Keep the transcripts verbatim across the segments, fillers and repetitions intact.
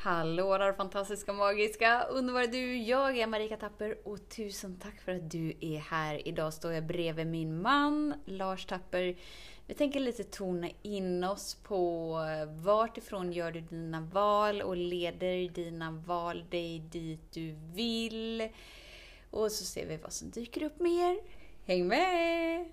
Hallå där fantastiska, magiska, underbara du. Jag är Marika Tapper och tusen tack för att du är här. Idag står jag bredvid min man, Lars Tapper. Vi tänker lite tona in oss på vart ifrån gör du dina val och leder dina val dig dit du vill. Och så ser vi vad som dyker upp mer. Häng med!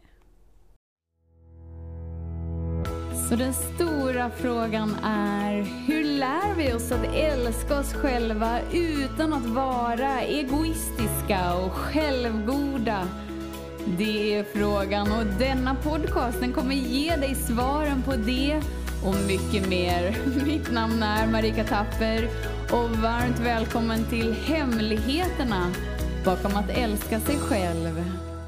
Så den stora frågan är, hur lär vi oss att älska oss själva utan att vara egoistiska och självgoda? Det är frågan och denna podcasten kommer ge dig svaren på det och mycket mer. Mitt namn är Marika Tapper och varmt välkommen till hemligheterna bakom att älska sig själv.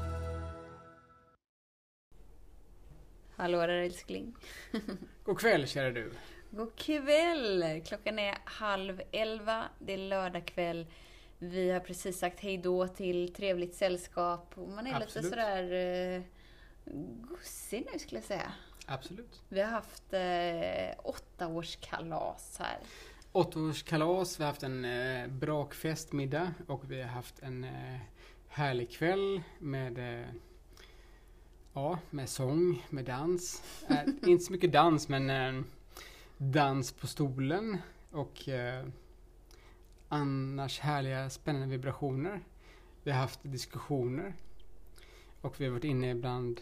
Hallå där älskling. God kväll kära du. God kväll. Klockan är halv elva. Det är lördag kväll. Vi har precis sagt hej då till trevligt sällskap. Och man är Absolut. lite sådär eh, gussig nu skulle jag säga. Absolut. Vi har haft eh, åtta års kalas här. Åtta års kalas. Vi har haft en eh, brakfestmiddag. Och vi har haft en eh, härlig kväll med... Eh, Ja, med sång, med dans. Äh, inte så mycket dans, men äh, dans på stolen. Och äh, annars härliga, spännande vibrationer. Vi har haft diskussioner. Och vi har varit inne ibland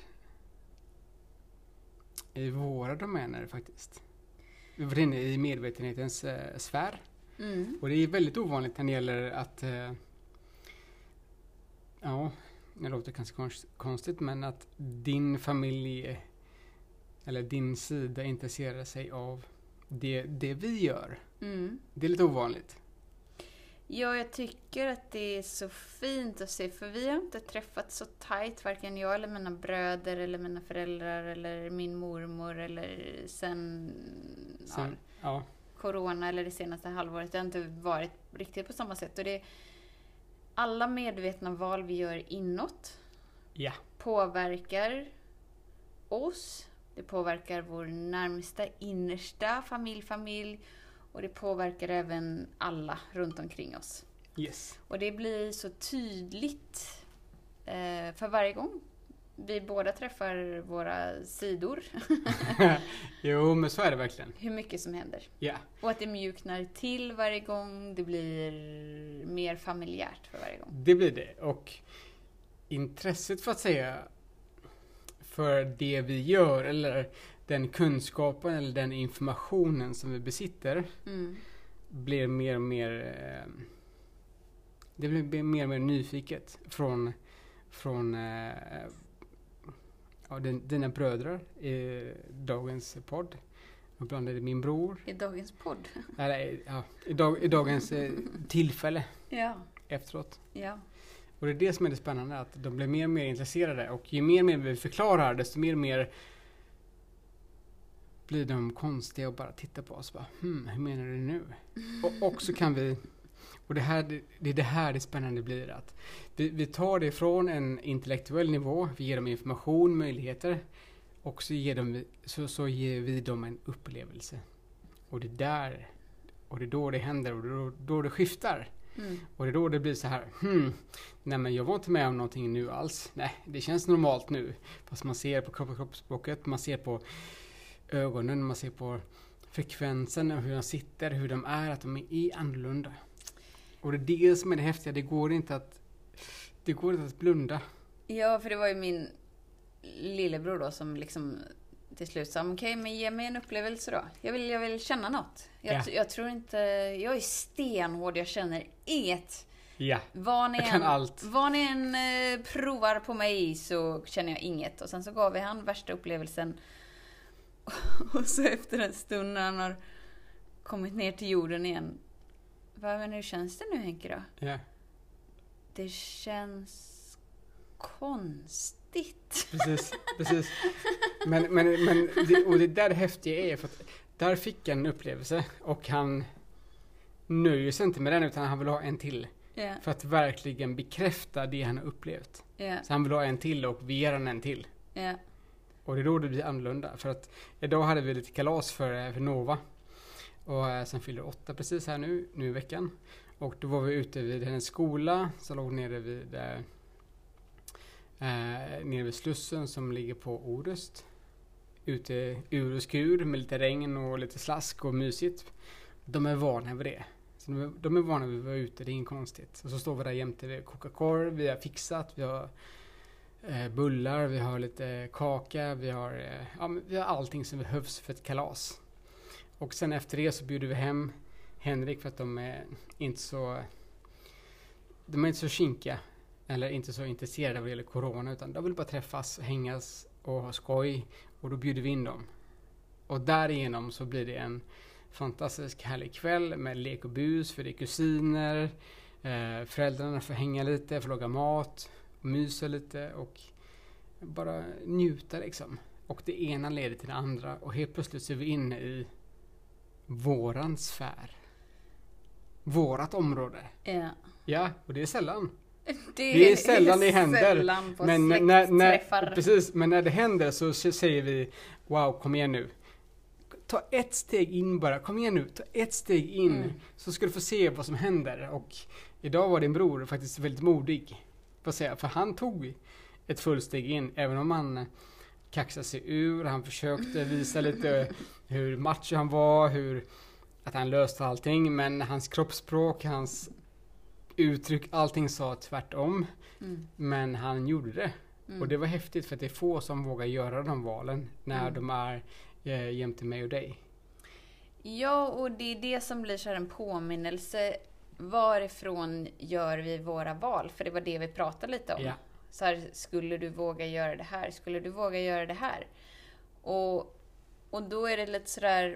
i våra domäner faktiskt. Vi har varit inne i medvetenhetens äh, sfär. Mm. Och det är väldigt ovanligt när det gäller att... Äh, ja... Det låter kanske konstigt, men att din familj eller din sida intresserar sig av det, det vi gör. Mm. Det är lite ovanligt. Ja, jag tycker att det är så fint att se, för vi har inte träffat så tajt, varken jag eller mina bröder eller mina föräldrar eller min mormor eller sen, sen ja, ja. corona eller det senaste halvåret. Det har inte varit riktigt på samma sätt och det alla medvetna val vi gör inåt ja. påverkar oss. Det påverkar vår närmsta innersta familj, familj. Och det påverkar även alla runt omkring oss. Yes. Och det blir så tydligt eh, för varje gång vi båda träffar våra sidor. Jo, men så är det verkligen. Hur mycket som händer. Ja. Och att det mjuknar till varje gång. Det blir mer familjärt för varje gång. Det blir det. Och intresset för att säga för det vi gör eller den kunskapen eller den informationen som vi besitter mm. blir mer och mer eh, det blir mer och mer nyfiket från från eh, ja, den, dina bröder i dagens podd. Och ibland är det min bror. I dagens podd? Eller, ja, i, dag, i dagens eh, tillfälle. Ja. Efteråt. Ja. Och det är det som är det spännande. Att de blir mer och mer intresserade. Och ju mer och mer vi förklarar, desto mer och mer blir de konstiga och bara tittar på oss. Bara, hmm, hur menar du nu? Mm. Och också kan vi... Och det, här, det, det är det här det spännande blir. Att vi, vi tar det från en intellektuell nivå. Vi ger dem information, möjligheter. Och så ger, dem, så, så ger vi dem en upplevelse. Och det där... Och det är då det händer. Och det är då, då det skiftar. Mm. Och det är då det blir så här. Hmm, nej men jag var inte med om någonting nu alls. Nej, det känns normalt nu. Fast man ser på kropp och kroppsspråket. Man ser på ögonen. Man ser på frekvensen. Och hur de sitter. Hur de är. Att de är annorlunda. Och det är det som är det häftiga. Det går inte att, det går inte att blunda. Ja, för det var ju min lillebror då som liksom till slut sa, okej, okay, men ge mig en upplevelse då. Jag vill, jag vill känna något. Jag, ja. jag tror inte, jag är stenhård, jag känner inget. Ja, vad ni jag kan en, allt. Vad ni än eh, provar på mig så känner jag inget. Och sen så gav vi han värsta upplevelsen. Och så efter en stund när han har kommit ner till jorden igen. Vad men hur känns det nu, Henke då? Ja. Det känns konstigt. Precis, precis. Men, men, men det, och det där det häftiga är för att där fick han en upplevelse och han nöjer sig inte med den utan han vill ha en till. Yeah. För att verkligen bekräfta det han har upplevt. Yeah. Så han vill ha en till och vi ger han en till. Yeah. Och det är då det blir annorlunda. För att idag hade vi lite kalas för, för Nova. Och eh, sen fyllde åtta precis här nu, nu i veckan. Och då var vi ute vid hennes skola som låg nere vid, eh, nere vid Slussen som ligger på Orust. Ute ur och skur med lite regn och lite slask och mysigt. De är vana vid det. Så de, är, de är vana vid att vara ute, det är inget konstigt. Och så står vi där jämte vid Coca-Cola, vi har fixat, vi har eh, bullar, vi har lite kaka, vi har, eh, ja, vi har allting som behövs för ett kalas. Och sen efter det så bjuder vi hem Henrik för att de är inte så de är inte så kinkiga eller inte så intresserade vad det gäller corona, utan de vill bara träffas, hängas och ha skoj, och då bjuder vi in dem. Och därigenom så blir det en fantastisk härlig kväll med lek och bus, för det är kusiner, eh, föräldrarna får hänga lite, får laga mat, mysa lite och bara njuta liksom. Och det ena leder till det andra och helt plötsligt så är vi inne i våran sfär. Vårat område. Ja. Ja, och det är sällan. Det, det är sällan det händer. Sällan på men när, när, precis, men när det händer så säger vi wow, kom igen nu. Ta ett steg in bara, kom igen nu. Ta ett steg in mm. så ska du få se vad som händer. Och idag var din bror faktiskt väldigt modig. Får säga, för han tog ett fullsteg in, även om han kaxade sig ur. Han försökte visa lite hur macho han var, hur att han löste allting, men hans kroppsspråk, hans uttryck, allting sa tvärtom. Mm. Men han gjorde det. Mm. Och det var häftigt, för att det är få som vågar göra de valen när mm. de är eh, jämte mig och dig. Ja, och det är det som blir så här en påminnelse. Varifrån gör vi våra val? För det var det vi pratade lite om. Ja. Så här, skulle du våga göra det här? Skulle du våga göra det här? Och, och då är det lite sådär,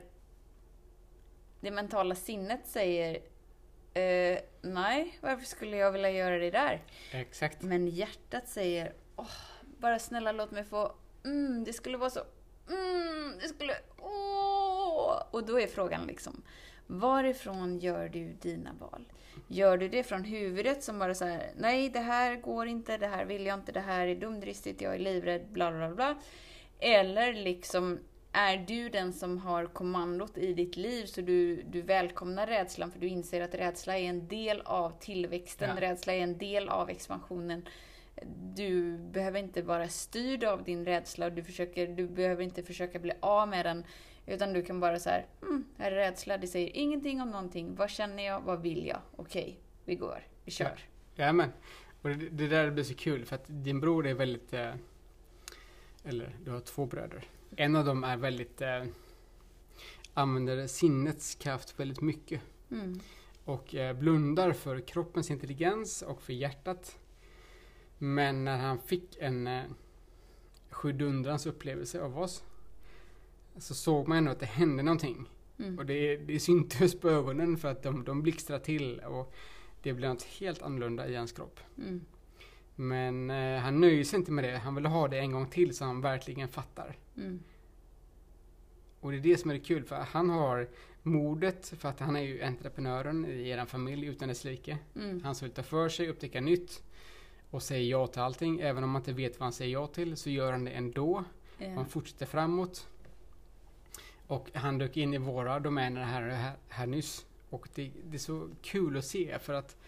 det mentala sinnet säger eh, nej, varför skulle jag vilja göra det där? Exakt. Men hjärtat säger, åh, bara snälla låt mig få, mm, det skulle vara så, mm, det skulle, åh. Och då är frågan liksom, varifrån gör du dina val? Gör du det från huvudet som bara så här, nej det här går inte, det här vill jag inte, det här är dumdristigt, jag är livrädd, bla bla bla. Eller liksom, är du den som har kommandot i ditt liv, så du, du välkomnar rädslan, för du inser att rädsla är en del av tillväxten, ja. Rädsla är en del av expansionen. Du behöver inte vara styrd av din rädsla, och du, försöker, du behöver inte försöka bli av med den, utan du kan bara så här, mm, här är rädsla, det säger ingenting om någonting. Vad känner jag? Vad vill jag? Okej, vi går, vi kör. Ja, ja men, och det, det där blir så kul, för att din bror är väldigt, eh, eller du har två bröder. En av dem är väldigt, eh, använder sinnets kraft väldigt mycket. Mm. Och eh, blundar för kroppens intelligens och för hjärtat. Men när han fick en eh, sjudundrans upplevelse av oss, så såg man ändå att det hände någonting. Mm. Och det, det syntes på ögonen, för att de, de blixtrar till och det blev något helt annorlunda i hans kropp. Mm. Men eh, han nöjer sig inte med det. Han vill ha det en gång till så han verkligen fattar. Mm. Och det är det som är det kul, för han har modet, för att han är ju entreprenören i er familj utan dess like. Mm. Han vill ta för sig, upptäcka nytt och säga ja till allting. Även om man inte vet vad han säger ja till, så gör han det ändå. Yeah. Han fortsätter framåt. Och han dök in i våra domäner här, här, här nyss. Och det, det är så kul att se, för att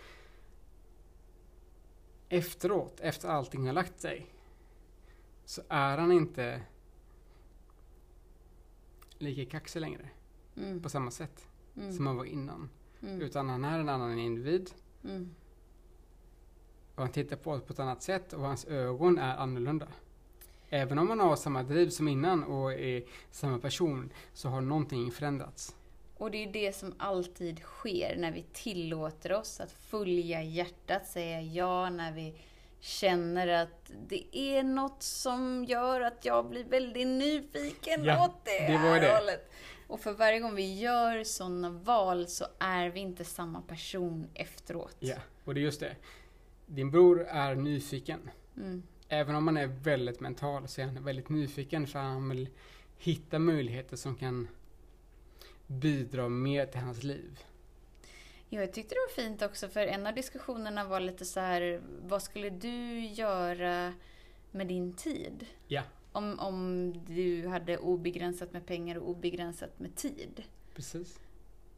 efteråt, efter allting har lagt sig, så är han inte lika kaxig längre. Mm. På samma sätt mm. som han var innan. Mm. Utan han är en annan individ. Mm. Och han tittar på oss på ett annat sätt, och hans ögon är annorlunda. Även om man har samma driv som innan och är samma person, så har någonting förändrats. Och det är det som alltid sker när vi tillåter oss att följa hjärtat, säga ja, när vi känner att det är något som gör att jag blir väldigt nyfiken ja, åt det, det var här hållet. Och för varje gång vi gör sådana val så är vi inte samma person efteråt. Ja, och det är just det. Din bror är nyfiken. Mm. Även om man är väldigt mental, så är han väldigt nyfiken, för han vill hitta möjligheter som kan bidra mer till hans liv. Ja, jag tyckte det var fint också, för en av diskussionerna var lite så här, vad skulle du göra med din tid? Ja. Om, om du hade obegränsat med pengar och obegränsat med tid. Precis.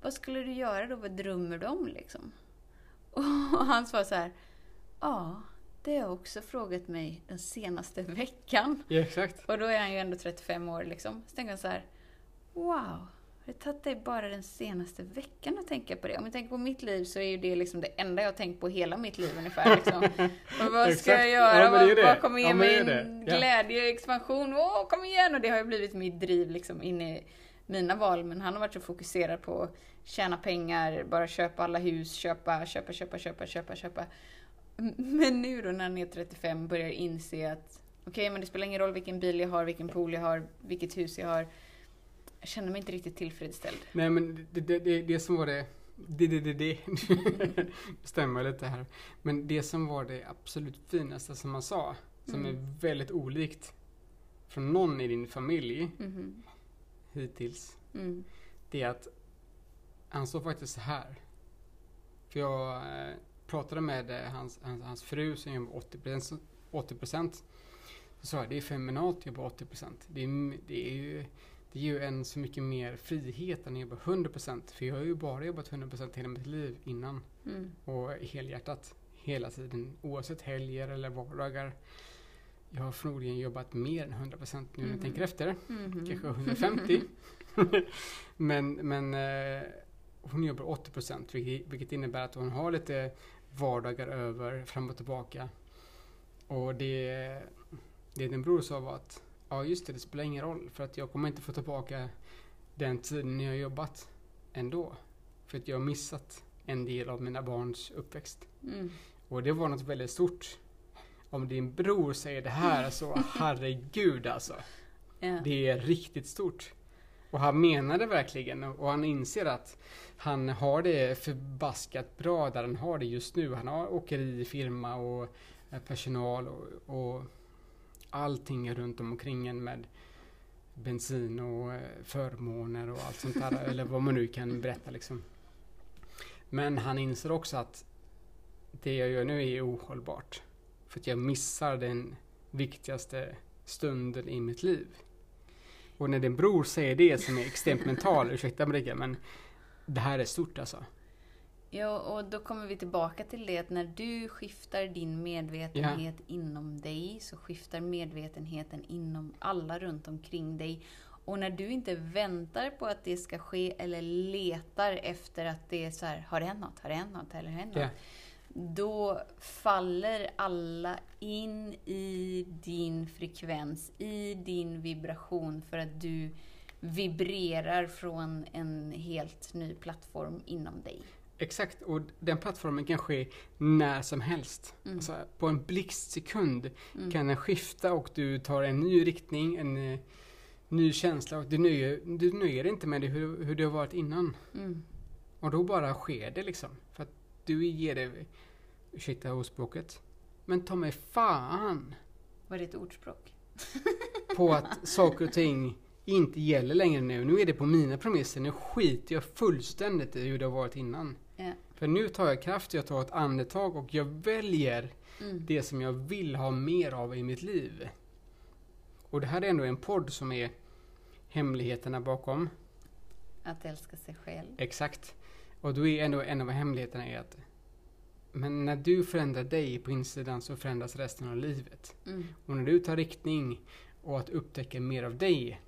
vad skulle du göra då? Vad drömmer du om liksom? Och han svarade så här, ja, det har jag också frågat mig den senaste veckan. Ja, exakt. Och då är han ju ändå trettiofem år liksom. Så tänker han så här, wow, det har tagit dig bara den senaste veckan att tänka på det. Om jag tänker på mitt liv så är ju det liksom det enda jag har tänkt på hela mitt liv ungefär. Liksom. Och vad ska jag göra? Ja, vad, vad kommer ge ja, mig en ja. glädje, expansion? Åh, kom igen! Och det har ju blivit mitt driv liksom in i mina val. Men han har varit så fokuserad på att tjäna pengar, bara köpa alla hus, köpa, köpa, köpa, köpa, köpa, köpa. Men nu då när han är trettiofem börjar jag inse att okej, okay, men det spelar ingen roll vilken bil jag har, vilken pool jag har, vilket hus jag har. Jag känner mig inte riktigt tillfredsställd. Nej, men det, det, det, det som var det... Det, det, det, det. det stämmer lite här. Men det som var det absolut finaste som man sa, som mm. är väldigt olikt från någon i din familj mm. hittills, mm. det är att han sa faktiskt så här. För jag eh, pratade med eh, hans, hans, hans fru som jobbar åttio procent. Så sa jag, det är feminalt att jobba åttio procent. Det är, det är ju... Det ger ju en så mycket mer frihet än att jobba hundra procent. För jag har ju bara jobbat hundra procent hela mitt liv innan. Mm. Och helhjärtat. Hela tiden. Oavsett helger eller vardagar. Jag har förmodligen jobbat mer än hundra procent nu när mm. jag tänker efter. Mm. Kanske hundrafemtio. men men eh, hon jobbar åttio procent. Vilket, vilket innebär att hon har lite vardagar över fram och tillbaka. Och det, det din bror sa var att ja, just det, det spelar ingen roll. För att jag kommer inte få tillbaka den tiden jag har jobbat ändå. För att jag har missat en del av mina barns uppväxt. Mm. Och det var något väldigt stort. Om din bror säger det här så, herregud alltså. Yeah. Det är riktigt stort. Och han menar det verkligen. Och han inser att han har det förbaskat bra där han har det just nu. Han har åkerifirma och personal och... och allting runt omkring en med bensin och förmåner och allt sånt där. Eller vad man nu kan berätta liksom. Men han inser också att det jag gör nu är ohållbart. För att jag missar den viktigaste stunden i mitt liv. Och när din bror säger det som är extremt mental, ursäkta mig, men det här är stort alltså. Ja, och då kommer vi tillbaka till det att när du skiftar din medvetenhet yeah. inom dig så skiftar medvetenheten inom alla runt omkring dig. Och när du inte väntar på att det ska ske eller letar efter att det är så här, har det hänt något, har det hänt något eller hänt något? Yeah. Då faller alla in i din frekvens, i din vibration för att du vibrerar från en helt ny plattform inom dig. Exakt, och den plattformen kan ske när som helst. Mm. Alltså, på en blixtsekund mm. kan den skifta och du tar en ny riktning, en uh, ny känsla och du nöjer, du nöjer inte med det hur, hur det har varit innan. Mm. Och då bara sker det liksom. För att du ger det, ursäkta ordspråket, men ta mig fan. Var det ett ordspråk? På att saker och ting inte gäller längre nu. Nu är det på mina premisser. Nu skiter jag fullständigt i hur det har varit innan. Yeah. För nu tar jag kraft, jag tar ett andetag och jag väljer mm. det som jag vill ha mer av i mitt liv. Och det här är ändå en podd som är hemligheterna bakom. Att älska sig själv. Exakt. Och då är ändå en av hemligheterna är att men när du förändrar dig på insidan så förändras resten av livet. Mm. Och när du tar riktning och att upptäcka mer av dig,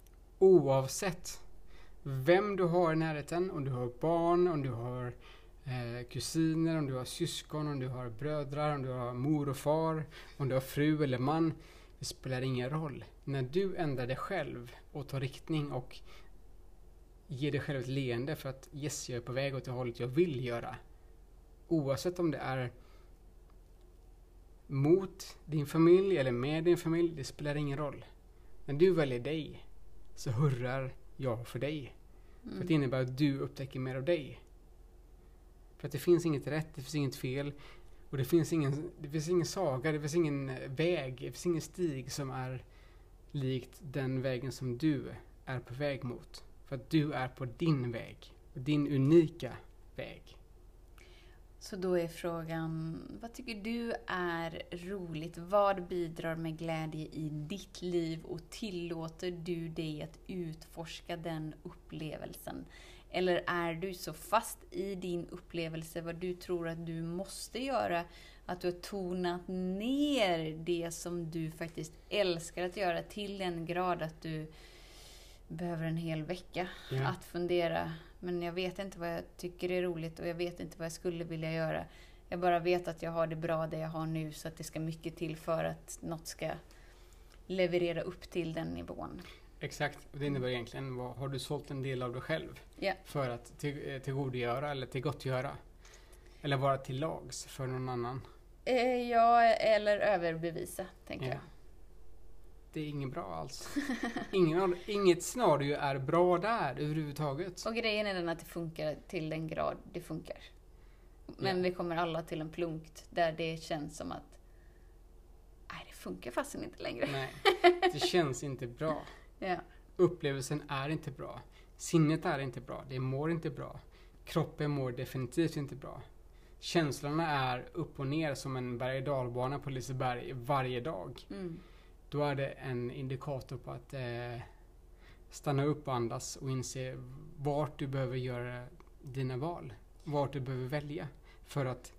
oavsett vem du har i närheten, om du har barn, om du har eh, kusiner, om du har syskon, om du har brödrar, om du har mor och far, om du har fru eller man, det spelar ingen roll. När du ändrar dig själv och tar riktning och ger dig själv ett leende för att yes, jag är på väg åt det hållet jag vill göra. Oavsett om det är mot din familj eller med din familj, det spelar ingen roll. När du väljer dig så hurrar jag för dig. Mm. För det innebär att du upptäcker mer av dig. För att det finns inget rätt, det finns inget fel. Och det finns ingen, det finns ingen saga, det finns ingen väg, det finns ingen stig som är likt den vägen som du är på väg mot. För att du är på din väg, din unika väg. Så då är frågan, vad tycker du är roligt? Vad bidrar med glädje i ditt liv och tillåter du dig att utforska den upplevelsen? Eller är du så fast i din upplevelse, vad du tror att du måste göra, att du har tonat ner det som du faktiskt älskar att göra till en grad att du behöver en hel vecka Ja. att fundera. Men jag vet inte vad jag tycker är roligt och jag vet inte vad jag skulle vilja göra. Jag bara vet att jag har det bra det jag har nu, så att det ska mycket till för att något ska leverera upp till den nivån. Exakt, och det innebär egentligen, vad, har du sålt en del av dig själv Ja. för att till, tillgodogöra eller tillgottgöra? Eller vara till lags för någon annan? Eh, ja, eller överbevisa, tänker Ja. jag. Det är inget bra alls. Ingen, av- inget scenario är bra där överhuvudtaget. Och grejen är den att det funkar till den grad det funkar. Men Ja. vi kommer alla till en punkt där det känns som att nej, det funkar fast inte längre. Nej, det känns inte bra. Ja. Upplevelsen är inte bra. Sinnet är inte bra. Det mår inte bra. Kroppen mår definitivt inte bra. Känslorna är upp och ner som en berg- och dalbana på Liseberg varje dag. Mm. Då är det en indikator på att eh, stanna upp och andas och inse vart du behöver göra dina val. Vart du behöver välja för att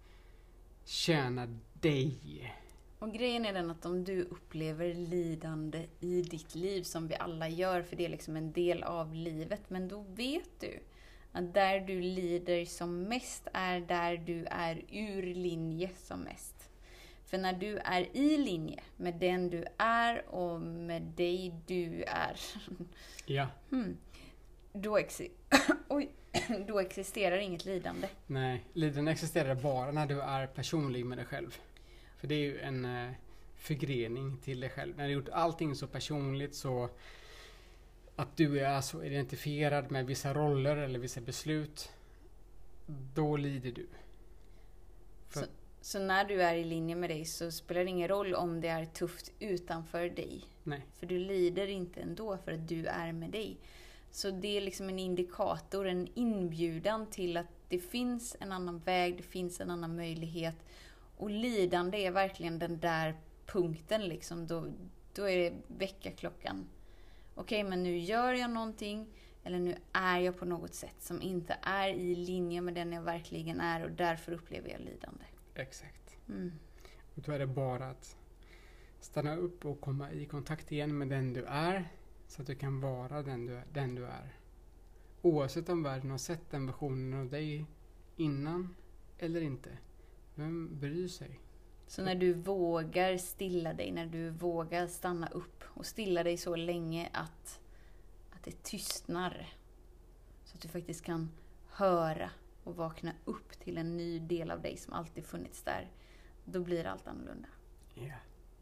tjäna dig. Och grejen är den att om du upplever lidande i ditt liv, som vi alla gör, för det är liksom en del av livet, men då vet du att där du lider som mest är där du är ur linje som mest. För när du är i linje med den du är och med dig du är, Ja. hmm, då, exi- Oj, då existerar inget lidande. Nej, lidande existerar bara när du är personlig med dig själv. För det är ju en eh, förgrening till dig själv. När du gjort allting så personligt, så att du är så identifierad med vissa roller eller vissa beslut, då lider du. För, Så när du är i linje med dig så spelar det ingen roll om det är tufft utanför dig. nej, För du lider inte ändå för att du är med dig. Så det är liksom en indikator, en inbjudan till att det finns en annan väg, det finns en annan möjlighet. Och lidande är verkligen den där punkten liksom. Då, då är det väckarklockan. Okej, men nu gör jag någonting, eller nu är jag på något sätt som inte är i linje med den jag verkligen är, och därför upplever jag lidande. exakt. Mm. Och då är det bara att stanna upp och komma i kontakt igen med den du är, så att du kan vara den du, den du är. Oavsett om världen har sett den versionen av dig innan eller inte. Vem bryr sig? Så när du vågar stilla dig, när du vågar stanna upp och stilla dig så länge att, att det tystnar, så att du faktiskt kan höra och vakna upp till en ny del av dig som alltid funnits där, då blir allt annorlunda. Ja.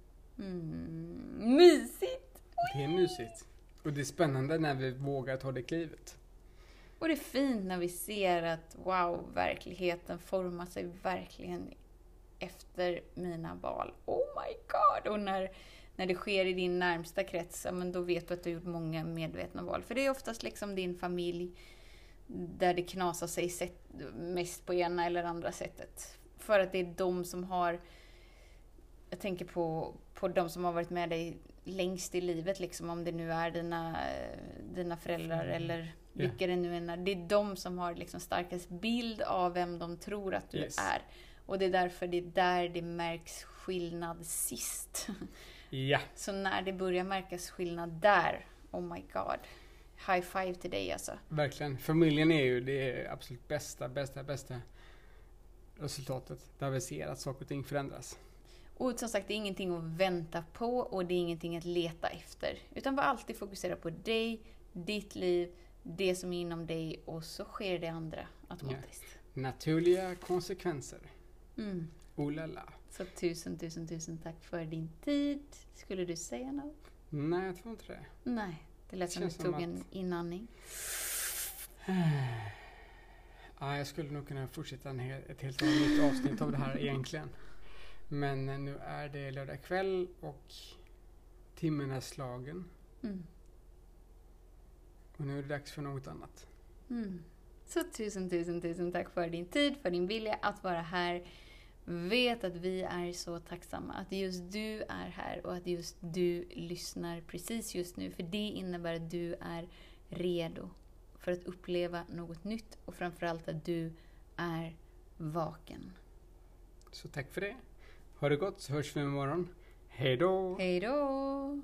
Mm, mysigt! Det är mysigt. Och det är spännande när vi vågar ta det klivet. Och det är fint när vi ser att wow, verkligheten formar sig verkligen efter mina val. Oh my god! Och när, när det sker i din närmsta krets, men då vet du att du har gjort många medvetna val. För det är oftast liksom din familj där det knasar sig sätt, mest på ena eller andra sättet. För att det är de som har, jag tänker på, på de som har varit med dig längst i livet, liksom, om det nu är dina, dina föräldrar Mm. eller vilka Yeah. det nu är. Det är de som har liksom starkast bild av vem de tror att du Yes. är. Och det är därför det är där det märks skillnad sist. Ja. Så när det börjar märkas skillnad där, oh my god. High five till dig alltså. Verkligen. Familjen är ju det absolut bästa, bästa, bästa resultatet. Där vi ser att saker och ting förändras. Och som sagt, det är ingenting att vänta på och det är ingenting att leta efter. Utan var alltid fokusera på dig, ditt liv, det som är inom dig, och så sker det andra automatiskt. Naturliga konsekvenser. Mm. Oh la la. Så tusen, tusen, tusen tack för din tid. Skulle du säga något? Nej, jag tror inte det. Nej, det lät som Känns du tog som en att- inandning. Ja, jag skulle nog kunna fortsätta en hel, ett helt nytt avsnitt av det här egentligen. Men eh, nu är det lördag kväll och timmen är slagen. Mm. Och nu är det dags för något annat. Mm. Så tusen, tusen, tusen tack för din tid, för din vilja att vara här. Vet att vi är så tacksamma att just du är här och att just du lyssnar precis just nu. För det innebär att du är redo för att uppleva något nytt och framförallt att du är vaken. Så tack för det. Ha det gott, så hörs vi imorgon. Hej då! Hej då!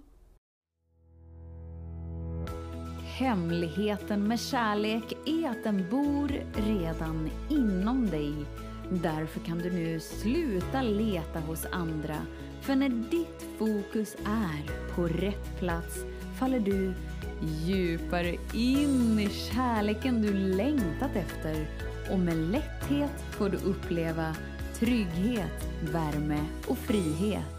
Hemligheten med kärlek är att den bor redan inom dig. Därför kan du nu sluta leta hos andra. För när ditt fokus är på rätt plats faller du djupare in i kärleken du längtat efter. Och med lätthet får du uppleva trygghet, värme och frihet.